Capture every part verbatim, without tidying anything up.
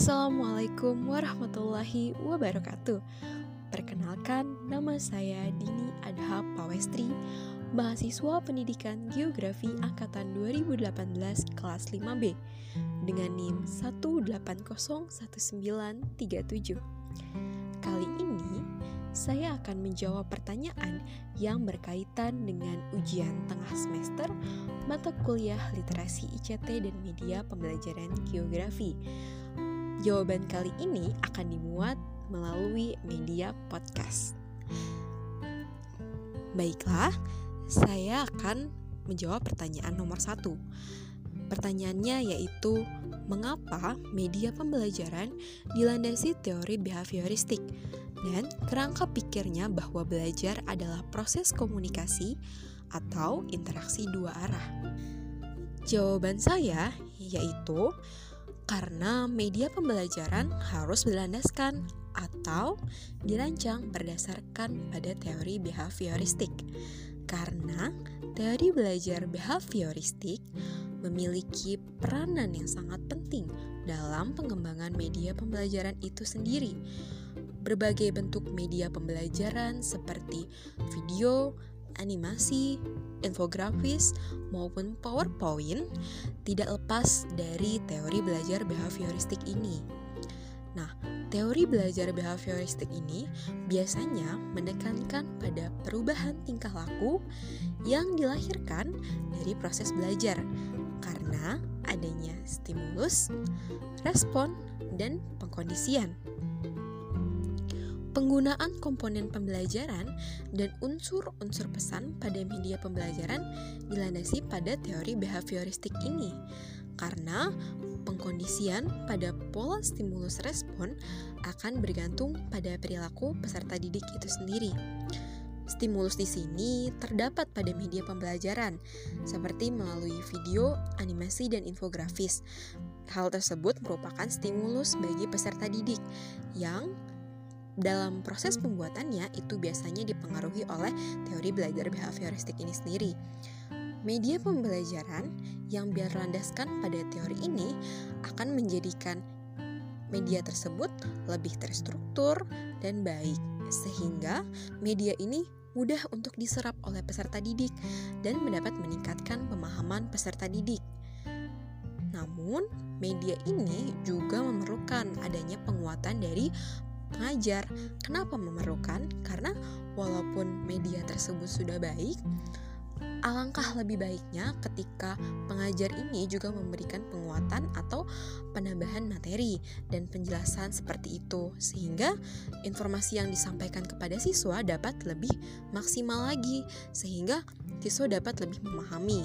Assalamualaikum warahmatullahi wabarakatuh. Perkenalkan, nama saya Dini Adha Pawestri, mahasiswa pendidikan Geografi Angkatan dua ribu delapan belas kelas lima B dengan N I M satu delapan nol satu sembilan tiga tujuh. Kali ini saya akan menjawab pertanyaan yang berkaitan dengan ujian tengah semester mata kuliah Literasi I C T dan Media Pembelajaran Geografi. Jawaban kali ini akan dimuat melalui media podcast. Baiklah, saya akan menjawab pertanyaan nomor satu. Pertanyaannya yaitu, mengapa media pembelajaran dilandasi teori behavioristik dan kerangka pikirnya bahwa belajar adalah proses komunikasi atau interaksi dua arah? Jawaban saya yaitu karena media pembelajaran harus berlandaskan atau dirancang berdasarkan pada teori behavioristik. Karena teori belajar behavioristik memiliki peranan yang sangat penting dalam pengembangan media pembelajaran itu sendiri. Berbagai bentuk media pembelajaran seperti video, animasi, infografis, maupun PowerPoint tidak lepas dari teori belajar behavioristik ini. Nah, teori belajar behavioristik ini biasanya menekankan pada perubahan tingkah laku yang dilahirkan dari proses belajar karena adanya stimulus, respon, dan pengkondisian. Penggunaan komponen pembelajaran dan unsur-unsur pesan pada media pembelajaran dilandasi pada teori behavioristik ini, karena pengkondisian pada pola stimulus respon akan bergantung pada perilaku peserta didik itu sendiri. Stimulus di sini terdapat pada media pembelajaran, seperti melalui video, animasi, dan infografis. Hal tersebut merupakan stimulus bagi peserta didik yang dalam proses pembuatannya itu biasanya dipengaruhi oleh teori belajar behavioristik ini sendiri. Media pembelajaran yang berlandaskan pada teori ini akan menjadikan media tersebut lebih terstruktur dan baik, sehingga media ini mudah untuk diserap oleh peserta didik dan mendapat meningkatkan pemahaman peserta didik. Namun, media ini juga memerlukan adanya penguatan dari pengajar. Kenapa memerlukan? Karena walaupun media tersebut sudah baik, alangkah lebih baiknya ketika pengajar ini juga memberikan penguatan atau penambahan materi dan penjelasan seperti itu, sehingga informasi yang disampaikan kepada siswa dapat lebih maksimal lagi, sehingga siswa dapat lebih memahami.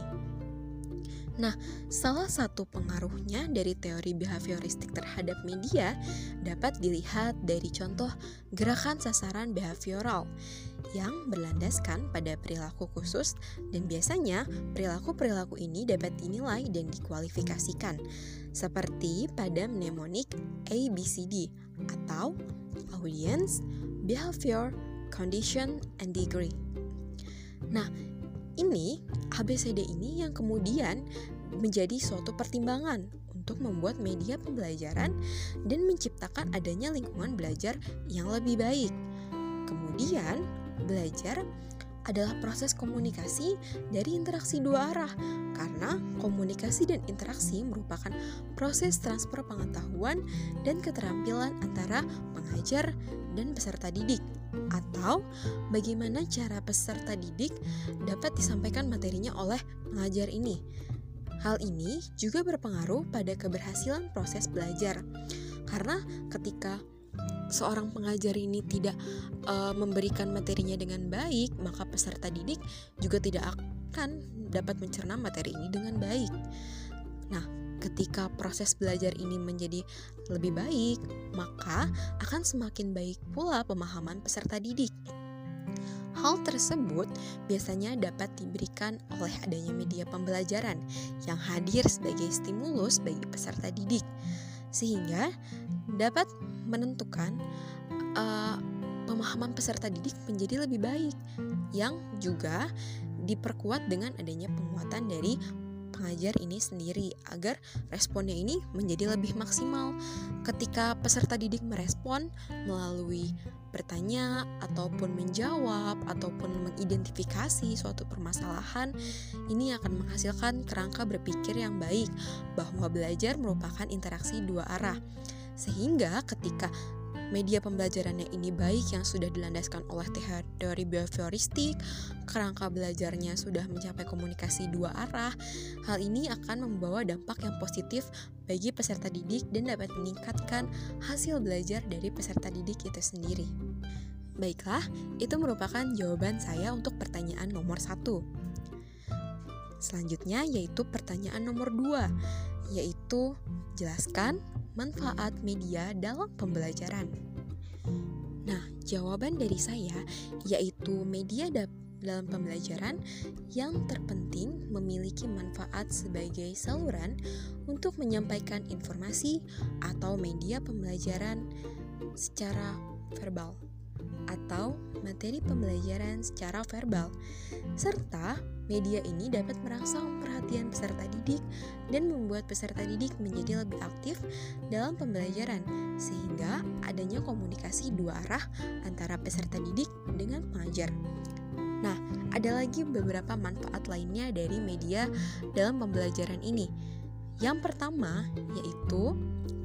Nah, salah satu pengaruhnya dari teori behavioristik terhadap media dapat dilihat dari contoh gerakan sasaran behavioral yang berlandaskan pada perilaku khusus, dan biasanya perilaku-perilaku ini dapat dinilai dan dikualifikasikan seperti pada mnemonic A B C D atau Audience, Behavior, Condition, and Degree. Nah, ini A B C D ini yang kemudian menjadi suatu pertimbangan untuk membuat media pembelajaran dan menciptakan adanya lingkungan belajar yang lebih baik. Kemudian, belajar adalah proses komunikasi dari interaksi dua arah, karena komunikasi dan interaksi merupakan proses transfer pengetahuan dan keterampilan antara pengajar dan peserta didik, atau bagaimana cara peserta didik dapat disampaikan materinya oleh pengajar ini. Hal ini juga berpengaruh pada keberhasilan proses belajar, karena ketika seorang pengajar ini tidak uh, memberikan materinya dengan baik, maka peserta didik juga tidak akan dapat mencerna materi ini dengan baik. Nah, ketika proses belajar ini menjadi lebih baik, maka akan semakin baik pula pemahaman peserta didik. Hal tersebut biasanya dapat diberikan oleh adanya media pembelajaran yang hadir sebagai stimulus bagi peserta didik, sehingga dapat menentukan uh, pemahaman peserta didik menjadi lebih baik, yang juga diperkuat dengan adanya penguatan dari pengajar ini sendiri agar responnya ini menjadi lebih maksimal. Ketika peserta didik merespon melalui bertanya ataupun menjawab ataupun mengidentifikasi suatu permasalahan, ini akan menghasilkan kerangka berpikir yang baik bahwa belajar merupakan interaksi dua arah. Sehingga ketika media pembelajarannya ini baik yang sudah dilandaskan oleh teori behavioristik, kerangka belajarnya sudah mencapai komunikasi dua arah, hal ini akan membawa dampak yang positif bagi peserta didik dan dapat meningkatkan hasil belajar dari peserta didik itu sendiri. Baiklah, itu merupakan jawaban saya untuk pertanyaan nomor satu. Selanjutnya yaitu pertanyaan nomor dua, yaitu jelaskan manfaat media dalam pembelajaran. Nah, jawaban dari saya yaitu media da- dalam pembelajaran yang terpenting memiliki manfaat sebagai saluran untuk menyampaikan informasi atau media pembelajaran secara verbal atau materi pembelajaran secara verbal, serta media ini dapat merangsang perhatian peserta didik dan membuat peserta didik menjadi lebih aktif dalam pembelajaran, sehingga adanya komunikasi dua arah antara peserta didik dengan pengajar. Nah, ada lagi beberapa manfaat lainnya dari media dalam pembelajaran ini. Yang pertama yaitu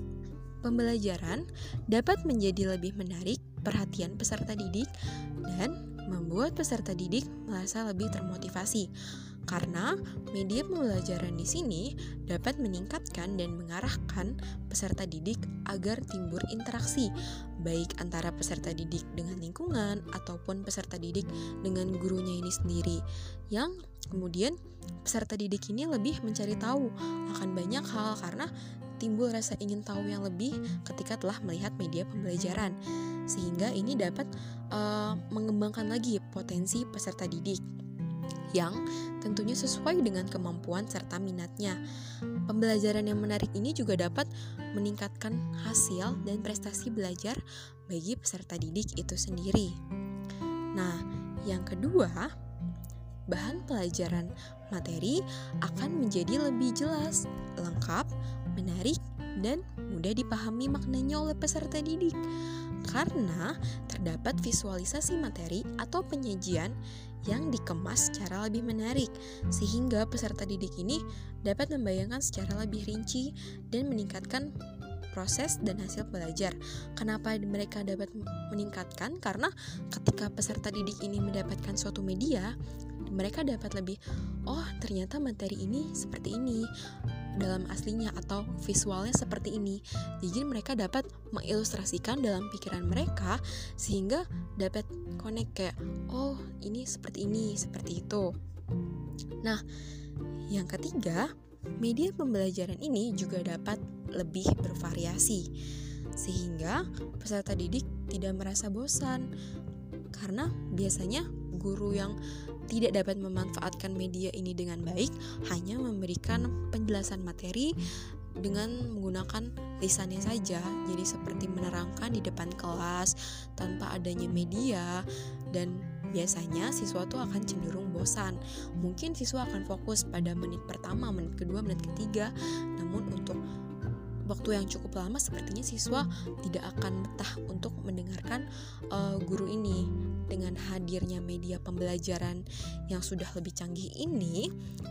pembelajaran dapat menjadi lebih menarik perhatian peserta didik dan membuat peserta didik merasa lebih termotivasi, karena media pembelajaran di sini dapat meningkatkan dan mengarahkan peserta didik agar timbul interaksi baik antara peserta didik dengan lingkungan ataupun peserta didik dengan gurunya ini sendiri, yang kemudian peserta didik ini lebih mencari tahu akan banyak hal karena timbul rasa ingin tahu yang lebih ketika telah melihat media pembelajaran, sehingga ini dapat uh, mengembangkan lagi potensi peserta didik yang tentunya sesuai dengan kemampuan serta minatnya. Pembelajaran yang menarik ini juga dapat meningkatkan hasil dan prestasi belajar bagi peserta didik itu sendiri. Nah, yang kedua, bahan pelajaran materi akan menjadi lebih jelas, lengkap, menarik, dan mudah dipahami maknanya oleh peserta didik karena terdapat visualisasi materi atau penyajian yang dikemas secara lebih menarik, sehingga peserta didik ini dapat membayangkan secara lebih rinci dan meningkatkan proses dan hasil belajar. Kenapa mereka dapat meningkatkan? Karena ketika peserta didik ini mendapatkan suatu media, mereka dapat lebih, oh ternyata materi ini seperti ini dalam aslinya atau visualnya seperti ini. Jadi mereka dapat mengilustrasikan dalam pikiran mereka sehingga dapat connect kayak, oh ini seperti ini, seperti itu. Nah, yang ketiga, media pembelajaran ini juga dapat lebih bervariasi sehingga peserta didik tidak merasa bosan, karena biasanya guru yang tidak dapat memanfaatkan media ini dengan baik hanya memberikan penjelasan materi dengan menggunakan lisannya saja, jadi seperti menerangkan di depan kelas tanpa adanya media, dan biasanya siswa tuh akan cenderung bosan. Mungkin siswa akan fokus pada menit pertama, menit kedua, menit ketiga, namun untuk waktu yang cukup lama sepertinya siswa tidak akan betah untuk mendengarkan uh, guru ini. Dengan hadirnya media pembelajaran yang sudah lebih canggih ini,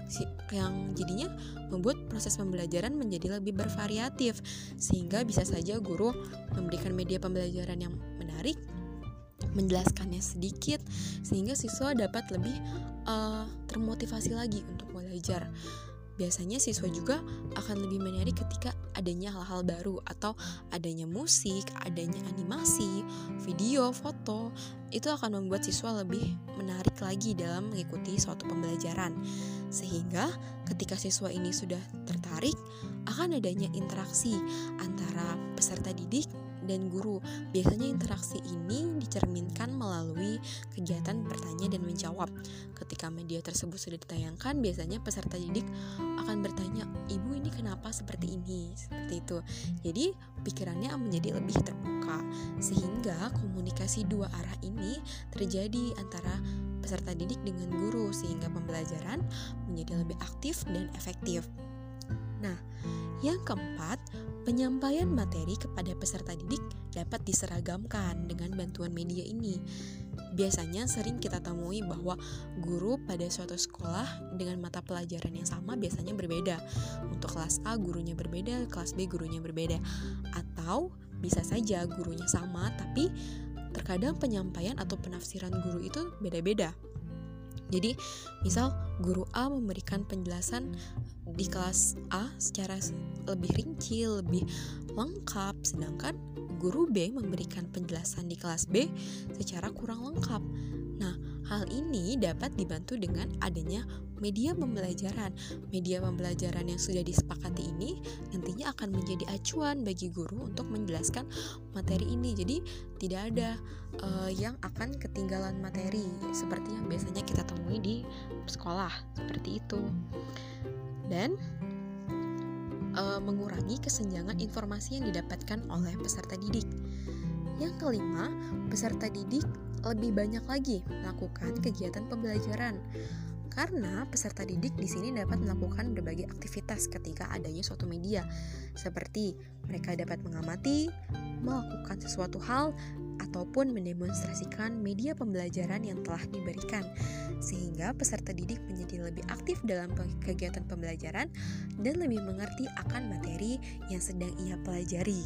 yang jadinya membuat proses pembelajaran menjadi lebih bervariatif, sehingga bisa saja guru memberikan media pembelajaran yang menarik, menjelaskannya sedikit, sehingga siswa dapat lebih uh, termotivasi lagi untuk belajar. Biasanya siswa juga akan lebih menarik ketika adanya hal-hal baru atau adanya musik, adanya animasi, video, foto. Itu akan membuat siswa lebih menarik lagi dalam mengikuti suatu pembelajaran. Sehingga ketika siswa ini sudah tertarik, akan adanya interaksi antara peserta didik dan guru. Biasanya interaksi ini dicerminkan melalui kegiatan bertanya dan menjawab. Ketika media tersebut sudah ditayangkan, biasanya peserta didik akan bertanya, ibu ini kenapa seperti ini, seperti itu. Jadi pikirannya menjadi lebih terbuka, sehingga komunikasi dua arah ini terjadi antara peserta didik dengan guru sehingga pembelajaran menjadi lebih aktif dan efektif. Nah, yang keempat, penyampaian materi kepada peserta didik dapat diseragamkan dengan bantuan media ini. Biasanya sering kita temui bahwa guru pada suatu sekolah dengan mata pelajaran yang sama biasanya berbeda. Untuk kelas A gurunya berbeda, kelas B gurunya berbeda. Atau bisa saja gurunya sama tapi terkadang penyampaian atau penafsiran guru itu beda-beda. Jadi, misal guru A memberikan penjelasan di kelas A secara lebih rinci, lebih lengkap, sedangkan guru B memberikan penjelasan di kelas B secara kurang lengkap. Nah, hal ini dapat dibantu dengan adanya media pembelajaran. Media pembelajaran yang sudah disepakati ini nantinya akan menjadi acuan bagi guru untuk menjelaskan materi ini. Jadi tidak ada uh, yang akan ketinggalan materi seperti yang biasanya kita temui di sekolah, seperti itu. Dan uh, mengurangi kesenjangan informasi yang didapatkan oleh peserta didik. Yang kelima, peserta didik lebih banyak lagi melakukan kegiatan pembelajaran. Karena peserta didik di sini dapat melakukan berbagai aktivitas ketika adanya suatu media, seperti mereka dapat mengamati, melakukan sesuatu hal, ataupun mendemonstrasikan media pembelajaran yang telah diberikan, sehingga peserta didik menjadi lebih aktif dalam kegiatan pembelajaran dan lebih mengerti akan materi yang sedang ia pelajari.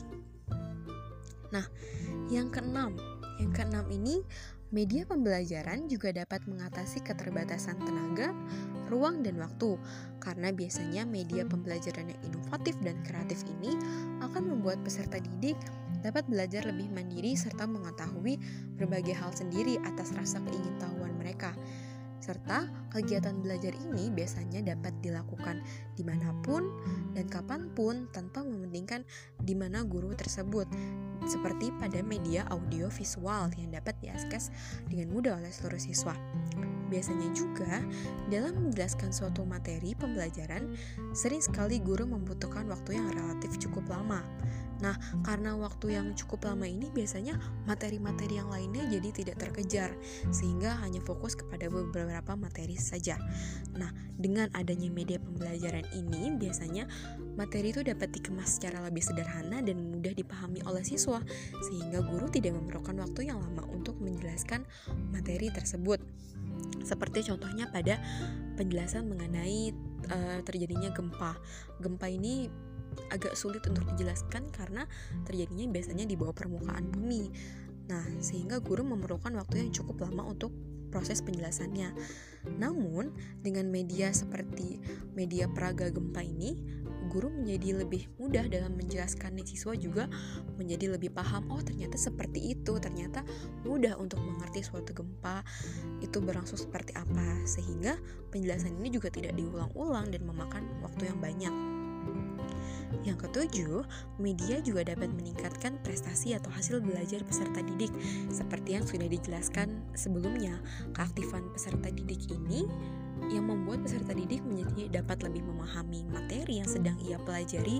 Nah, yang keenam, yang keenam ini media pembelajaran juga dapat mengatasi keterbatasan tenaga, ruang, dan waktu, karena biasanya media pembelajaran yang inovatif dan kreatif ini akan membuat peserta didik dapat belajar lebih mandiri serta mengetahui berbagai hal sendiri atas rasa keingintahuan mereka. Serta kegiatan belajar ini biasanya dapat dilakukan dimanapun dan kapanpun tanpa mementingkan di mana guru tersebut, seperti pada media audio visual yang dapat diakses dengan mudah oleh seluruh siswa. Biasanya juga dalam menjelaskan suatu materi pembelajaran, sering sekali guru membutuhkan waktu yang relatif cukup lama. Nah, karena waktu yang cukup lama ini biasanya materi-materi yang lainnya jadi tidak terkejar, sehingga hanya fokus kepada beberapa materi saja. Nah, dengan adanya media pembelajaran ini, biasanya materi itu dapat dikemas secara lebih sederhana dan mudah dipahami oleh siswa, sehingga guru tidak memerlukan waktu yang lama untuk menjelaskan materi tersebut. Seperti contohnya pada penjelasan mengenai uh, terjadinya gempa. Gempa ini agak sulit untuk dijelaskan karena terjadinya biasanya di bawah permukaan bumi. Nah, sehingga guru memerlukan waktu yang cukup lama untuk proses penjelasannya. Namun, dengan media seperti media peraga gempa ini, guru menjadi lebih mudah dalam menjelaskannya, siswa juga menjadi lebih paham, oh ternyata seperti itu, ternyata mudah untuk mengerti suatu gempa itu berlangsung seperti apa, sehingga penjelasan ini juga tidak diulang-ulang dan memakan waktu yang banyak. Yang ketujuh, media juga dapat meningkatkan prestasi atau hasil belajar peserta didik. Seperti yang sudah dijelaskan sebelumnya, keaktifan peserta didik ini yang membuat peserta didik menjadi dapat lebih memahami materi yang sedang ia pelajari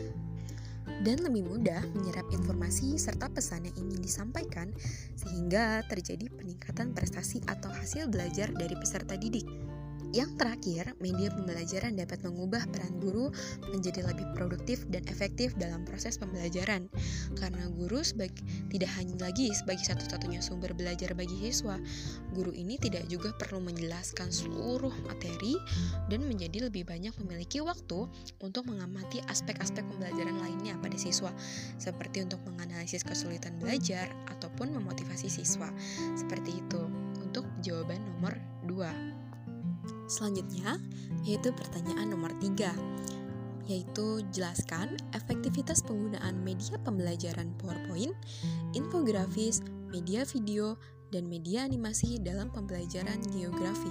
dan lebih mudah menyerap informasi serta pesan yang ingin disampaikan, sehingga terjadi peningkatan prestasi atau hasil belajar dari peserta didik. Yang terakhir, media pembelajaran dapat mengubah peran guru menjadi lebih produktif dan efektif dalam proses pembelajaran. Karena guru sebagai, tidak hanya lagi sebagai satu-satunya sumber belajar bagi siswa, guru ini tidak juga perlu menjelaskan seluruh materi dan menjadi lebih banyak memiliki waktu untuk mengamati aspek-aspek pembelajaran lainnya pada siswa, seperti untuk menganalisis kesulitan belajar ataupun memotivasi siswa. Seperti itu untuk jawaban nomor dua. Selanjutnya, yaitu pertanyaan nomor tiga, yaitu jelaskan efektivitas penggunaan media pembelajaran PowerPoint, infografis, media video, dan media animasi dalam pembelajaran geografi.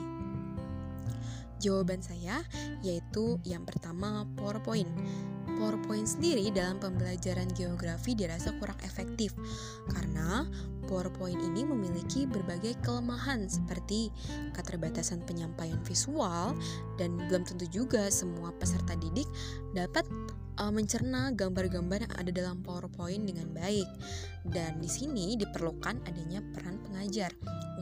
Jawaban saya yaitu yang pertama, PowerPoint. PowerPoint sendiri dalam pembelajaran geografi dirasa kurang efektif karena PowerPoint ini memiliki berbagai kelemahan seperti keterbatasan penyampaian visual dan belum tentu juga semua peserta didik dapat uh, mencerna gambar-gambar yang ada dalam PowerPoint dengan baik. Dan di sini diperlukan adanya peran pengajar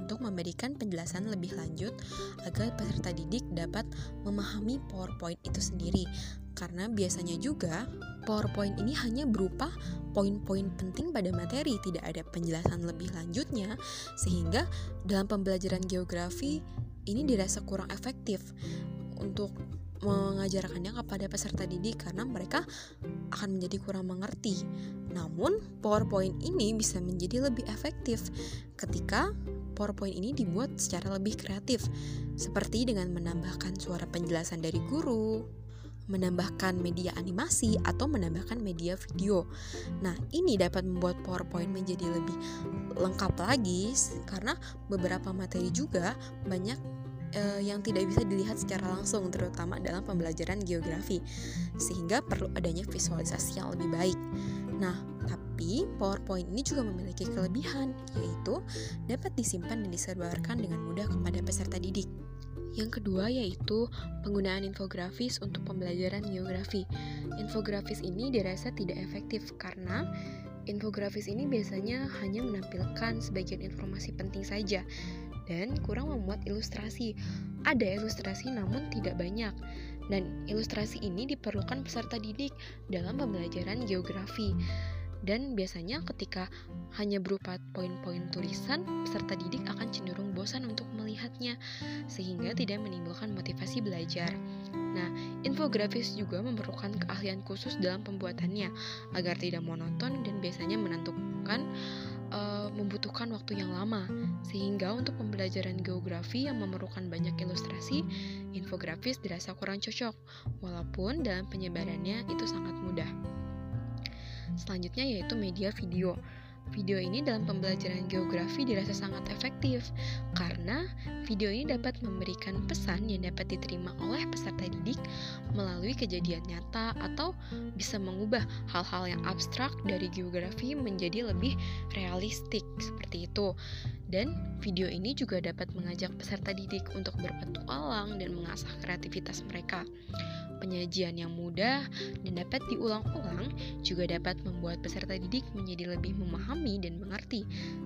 untuk memberikan penjelasan lebih lanjut agar peserta didik dapat memahami PowerPoint itu sendiri. Karena biasanya juga PowerPoint ini hanya berupa poin-poin penting pada materi, tidak ada penjelasan lebih lanjutnya, sehingga dalam pembelajaran geografi ini dirasa kurang efektif untuk mengajarkannya kepada peserta didik karena mereka akan menjadi kurang mengerti. Namun, PowerPoint ini bisa menjadi lebih efektif ketika PowerPoint ini dibuat secara lebih kreatif, seperti dengan menambahkan suara penjelasan dari guru, menambahkan media animasi, atau menambahkan media video. Nah, ini dapat membuat PowerPoint menjadi lebih lengkap lagi karena beberapa materi juga banyak Uh, yang tidak bisa dilihat secara langsung, terutama dalam pembelajaran geografi, sehingga perlu adanya visualisasi yang lebih baik. Nah, tapi PowerPoint ini juga memiliki kelebihan, yaitu dapat disimpan dan disebarkan dengan mudah kepada peserta didik. Yang kedua yaitu penggunaan infografis untuk pembelajaran geografi. Infografis ini dirasa tidak efektif karena infografis ini biasanya hanya menampilkan sebagian informasi penting saja dan kurang memuat ilustrasi. Ada ilustrasi namun tidak banyak. Dan ilustrasi ini diperlukan peserta didik dalam pembelajaran geografi. Dan biasanya ketika hanya berupa poin-poin tulisan, peserta didik akan cenderung bosan untuk melihatnya, sehingga tidak menimbulkan motivasi belajar. Nah, infografis juga memerlukan keahlian khusus dalam pembuatannya, agar tidak monoton dan biasanya menentukan uh, membutuhkan waktu yang lama, sehingga untuk pembelajaran geografi yang memerlukan banyak ilustrasi, infografis dirasa kurang cocok, walaupun dalam penyebarannya itu sangat mudah. Selanjutnya yaitu media video. Video ini dalam pembelajaran geografi dirasa sangat efektif karena video ini dapat memberikan pesan yang dapat diterima oleh peserta didik melalui kejadian nyata atau bisa mengubah hal-hal yang abstrak dari geografi menjadi lebih realistik seperti itu. Dan video ini juga dapat mengajak peserta didik untuk berpetualang dan mengasah kreativitas mereka. Penyajian yang mudah dan dapat diulang-ulang juga dapat membuat peserta didik menjadi lebih memahami dan mengerti,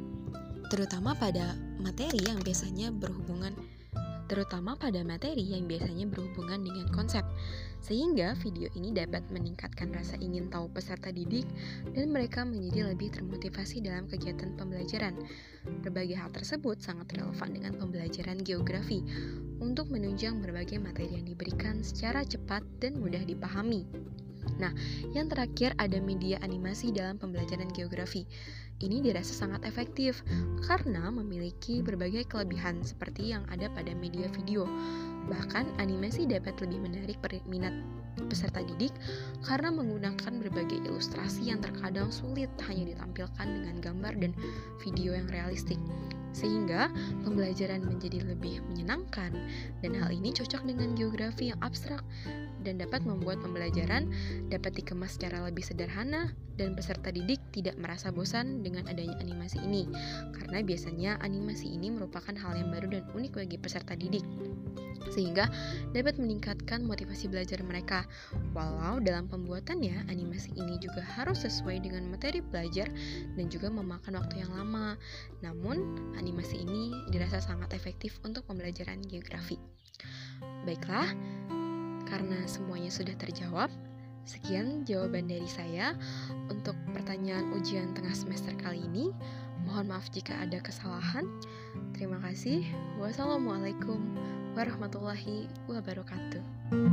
terutama pada materi yang biasanya berhubungan terutama pada materi yang biasanya berhubungan dengan konsep, sehingga video ini dapat meningkatkan rasa ingin tahu peserta didik dan mereka menjadi lebih termotivasi dalam kegiatan pembelajaran. Berbagai hal tersebut sangat relevan dengan pembelajaran geografi untuk menunjang berbagai materi yang diberikan secara cepat dan mudah dipahami. Nah, yang terakhir ada media animasi dalam pembelajaran geografi. Ini dirasa sangat efektif karena memiliki berbagai kelebihan seperti yang ada pada media video. Bahkan animasi dapat lebih menarik minat peserta didik karena menggunakan berbagai ilustrasi yang terkadang sulit hanya ditampilkan dengan gambar dan video yang realistik, sehingga pembelajaran menjadi lebih menyenangkan. Dan hal ini cocok dengan geografi yang abstrak dan dapat membuat pembelajaran dapat dikemas secara lebih sederhana dan peserta didik tidak merasa bosan dengan adanya animasi ini, karena biasanya animasi ini merupakan hal yang baru dan unik bagi peserta didik, sehingga dapat meningkatkan motivasi belajar mereka. Walau dalam pembuatannya, animasi ini juga harus sesuai dengan materi belajar dan juga memakan waktu yang lama. Namun, animasi ini dirasa sangat efektif untuk pembelajaran geografi. Baiklah, karena semuanya sudah terjawab, sekian jawaban dari saya untuk pertanyaan ujian tengah semester kali ini. Mohon maaf jika ada kesalahan. Terima kasih. Wassalamualaikum warahmatullahi wabarakatuh.